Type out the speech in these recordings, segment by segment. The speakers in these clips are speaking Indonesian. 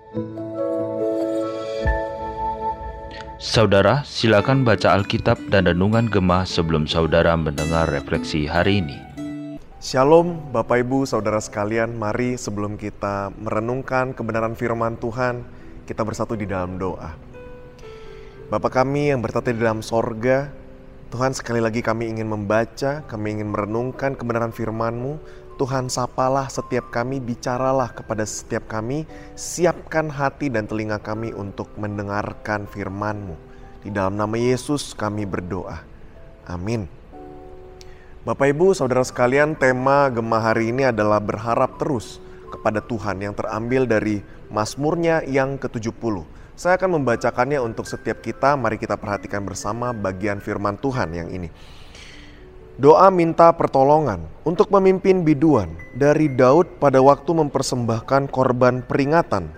Saudara, silakan baca Alkitab dan Renungan Gemah sebelum saudara mendengar refleksi hari ini. Shalom Bapak Ibu Saudara sekalian, mari sebelum kita merenungkan kebenaran firman Tuhan, kita bersatu di dalam doa. Bapa kami yang bertata di dalam sorga, Tuhan, sekali lagi kami ingin membaca, kami ingin merenungkan kebenaran firman-Mu. Tuhan, sapalah setiap kami, bicaralah kepada setiap kami, siapkan hati dan telinga kami untuk mendengarkan firman-Mu. Di dalam nama Yesus kami berdoa. Amin. Bapak Ibu Saudara sekalian, tema Gemah hari ini adalah berharap terus kepada Tuhan yang terambil dari Mazmurnya yang ke-70. Saya akan membacakannya untuk setiap kita. Mari kita perhatikan bersama bagian firman Tuhan yang ini. Doa minta pertolongan untuk memimpin biduan dari Daud pada waktu mempersembahkan korban peringatan.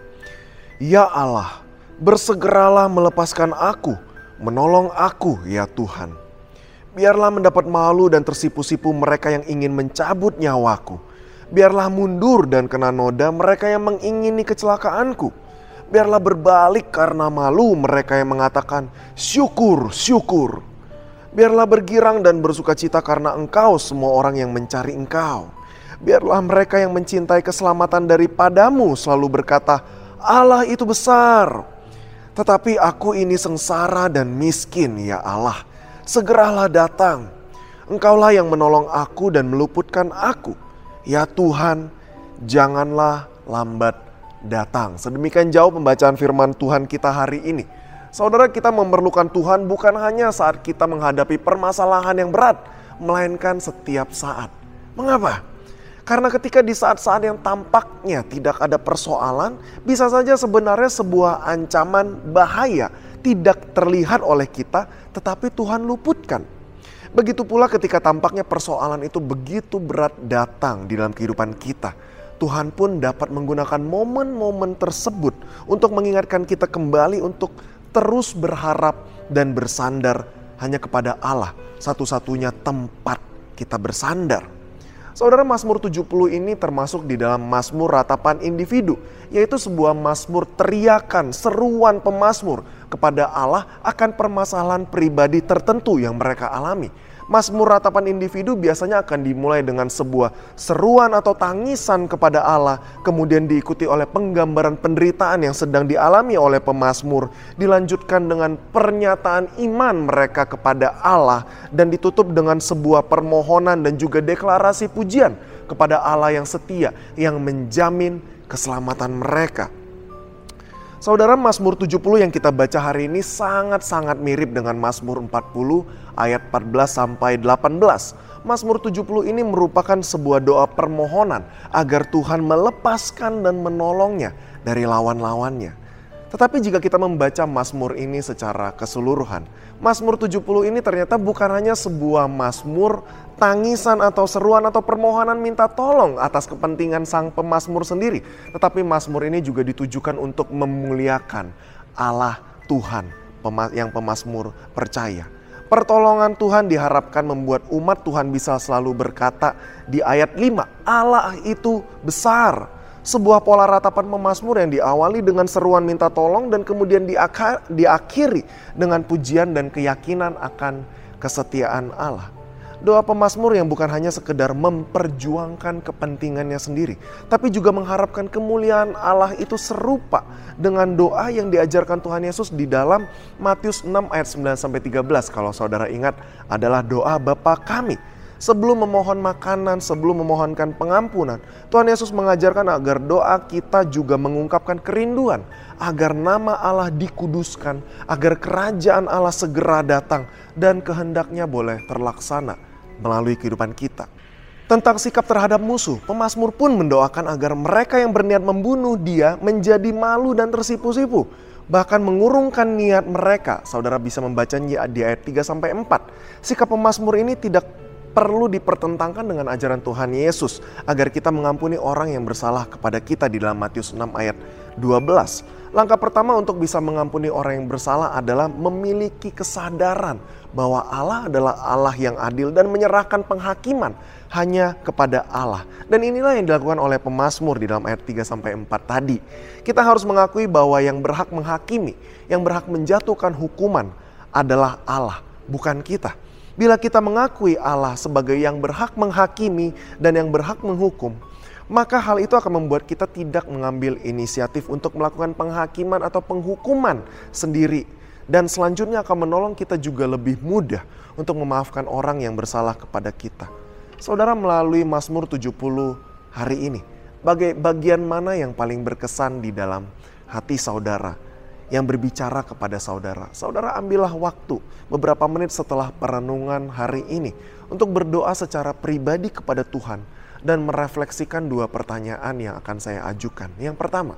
Ya Allah, bersegeralah melepaskan aku, menolong aku ya Tuhan. Biarlah mendapat malu dan tersipu-sipu mereka yang ingin mencabut nyawaku. Biarlah mundur dan kena noda mereka yang mengingini kecelakaanku. Biarlah berbalik karena malu mereka yang mengatakan syukur, syukur. Biarlah bergirang dan bersukacita karena Engkau semua orang yang mencari Engkau. Biarlah mereka yang mencintai keselamatan daripadamu selalu berkata, Allah itu besar. Tetapi aku ini sengsara dan miskin ya Allah. Segeralah datang. Engkaulah yang menolong aku dan meluputkan aku. Ya Tuhan, janganlah lambat datang. Sedemikian jauh pembacaan firman Tuhan kita hari ini. Saudara, kita memerlukan Tuhan bukan hanya saat kita menghadapi permasalahan yang berat, melainkan setiap saat. Mengapa? Karena ketika di saat-saat yang tampaknya tidak ada persoalan, bisa saja sebenarnya sebuah ancaman bahaya tidak terlihat oleh kita, tetapi Tuhan luputkan. Begitu pula ketika tampaknya persoalan itu begitu berat datang di dalam kehidupan kita, Tuhan pun dapat menggunakan momen-momen tersebut untuk mengingatkan kita kembali untuk terus berharap dan bersandar hanya kepada Allah, satu-satunya tempat kita bersandar. Saudara, Mazmur 70 ini termasuk di dalam Mazmur ratapan individu, yaitu sebuah mazmur teriakan, seruan pemazmur kepada Allah akan permasalahan pribadi tertentu yang mereka alami. Mazmur ratapan individu biasanya akan dimulai dengan sebuah seruan atau tangisan kepada Allah, kemudian diikuti oleh penggambaran penderitaan yang sedang dialami oleh pemazmur, dilanjutkan dengan pernyataan iman mereka kepada Allah, dan ditutup dengan sebuah permohonan dan juga deklarasi pujian kepada Allah yang setia, yang menjamin keselamatan mereka. Saudara, Mazmur 70 yang kita baca hari ini sangat-sangat mirip dengan Mazmur 40 ayat 14 sampai 18. Mazmur 70 ini merupakan sebuah doa permohonan agar Tuhan melepaskan dan menolongnya dari lawan-lawannya. Tetapi jika kita membaca Mazmur ini secara keseluruhan, Mazmur 70 ini ternyata bukan hanya sebuah mazmur tangisan atau seruan atau permohonan minta tolong atas kepentingan sang pemazmur sendiri. Tetapi mazmur ini juga ditujukan untuk memuliakan Allah Tuhan yang pemazmur percaya. Pertolongan Tuhan diharapkan membuat umat Tuhan bisa selalu berkata di ayat 5, Allah itu besar. Sebuah pola ratapan pemazmur yang diawali dengan seruan minta tolong dan kemudian diakhiri dengan pujian dan keyakinan akan kesetiaan Allah. Doa pemazmur yang bukan hanya sekedar memperjuangkan kepentingannya sendiri, tapi juga mengharapkan kemuliaan Allah itu serupa dengan doa yang diajarkan Tuhan Yesus di dalam Matius 6 ayat 9-13. Kalau saudara ingat, adalah doa Bapa kami. Sebelum memohon makanan, sebelum memohonkan pengampunan, Tuhan Yesus mengajarkan agar doa kita juga mengungkapkan kerinduan agar nama Allah dikuduskan, agar kerajaan Allah segera datang dan kehendaknya boleh terlaksana melalui kehidupan kita. Tentang sikap terhadap musuh, pemazmur pun mendoakan agar mereka yang berniat membunuh dia menjadi malu dan tersipu-sipu, bahkan mengurungkan niat mereka. Saudara bisa membacanya di ayat 3-4. Sikap pemazmur ini tidak perlu dipertentangkan dengan ajaran Tuhan Yesus agar kita mengampuni orang yang bersalah kepada kita di dalam Matius 6 ayat 12. Langkah pertama untuk bisa mengampuni orang yang bersalah adalah memiliki kesadaran bahwa Allah adalah Allah yang adil dan menyerahkan penghakiman hanya kepada Allah. Dan inilah yang dilakukan oleh pemazmur di dalam ayat 3-4 tadi. Kita harus mengakui bahwa yang berhak menghakimi, yang berhak menjatuhkan hukuman adalah Allah, bukan kita. Bila kita mengakui Allah sebagai yang berhak menghakimi dan yang berhak menghukum, maka hal itu akan membuat kita tidak mengambil inisiatif untuk melakukan penghakiman atau penghukuman sendiri. Dan selanjutnya akan menolong kita juga lebih mudah untuk memaafkan orang yang bersalah kepada kita. Saudara, melalui Mazmur 70 hari ini, bagian mana yang paling berkesan di dalam hati saudara yang berbicara kepada saudara? Saudara, ambillah waktu beberapa menit setelah perenungan hari ini untuk berdoa secara pribadi kepada Tuhan dan merefleksikan dua pertanyaan yang akan saya ajukan. Yang pertama,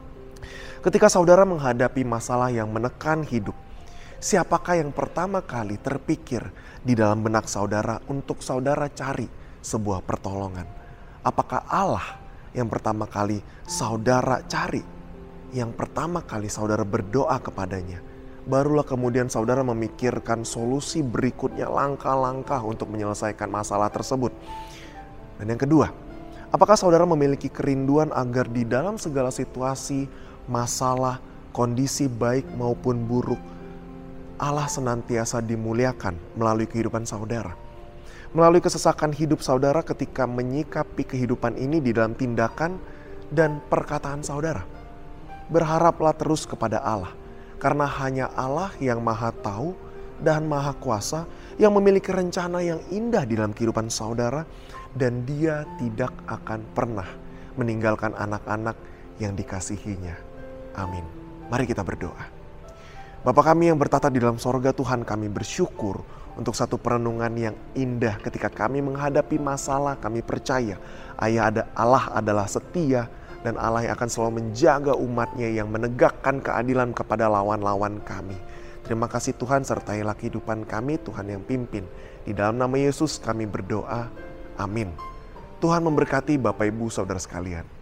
ketika saudara menghadapi masalah yang menekan hidup, siapakah yang pertama kali terpikir di dalam benak saudara untuk saudara cari sebuah pertolongan? Apakah Allah yang pertama kali saudara cari? Yang pertama kali saudara berdoa kepadanya? Barulah kemudian saudara memikirkan solusi berikutnya, langkah-langkah untuk menyelesaikan masalah tersebut. Dan yang kedua, apakah saudara memiliki kerinduan agar di dalam segala situasi, masalah, kondisi baik maupun buruk, Allah senantiasa dimuliakan melalui kehidupan saudara? Melalui kesesakan hidup saudara ketika menyikapi kehidupan ini di dalam tindakan dan perkataan saudara. Berharaplah terus kepada Allah, karena hanya Allah yang Maha Tahu dan Maha Kuasa yang memiliki rencana yang indah di dalam kehidupan saudara, dan Dia tidak akan pernah meninggalkan anak-anak yang dikasihinya. Amin. Mari kita berdoa. Bapa kami yang bertata di dalam sorga, Tuhan, kami bersyukur untuk satu perenungan yang indah ketika kami menghadapi masalah. Kami percaya Allah adalah setia dan Allah yang akan selalu menjaga umatnya, yang menegakkan keadilan kepada lawan-lawan kami. Terima kasih Tuhan, sertailah kehidupan kami, Tuhan yang pimpin. Di dalam nama Yesus kami berdoa. Amin. Tuhan memberkati Bapak Ibu Saudara sekalian.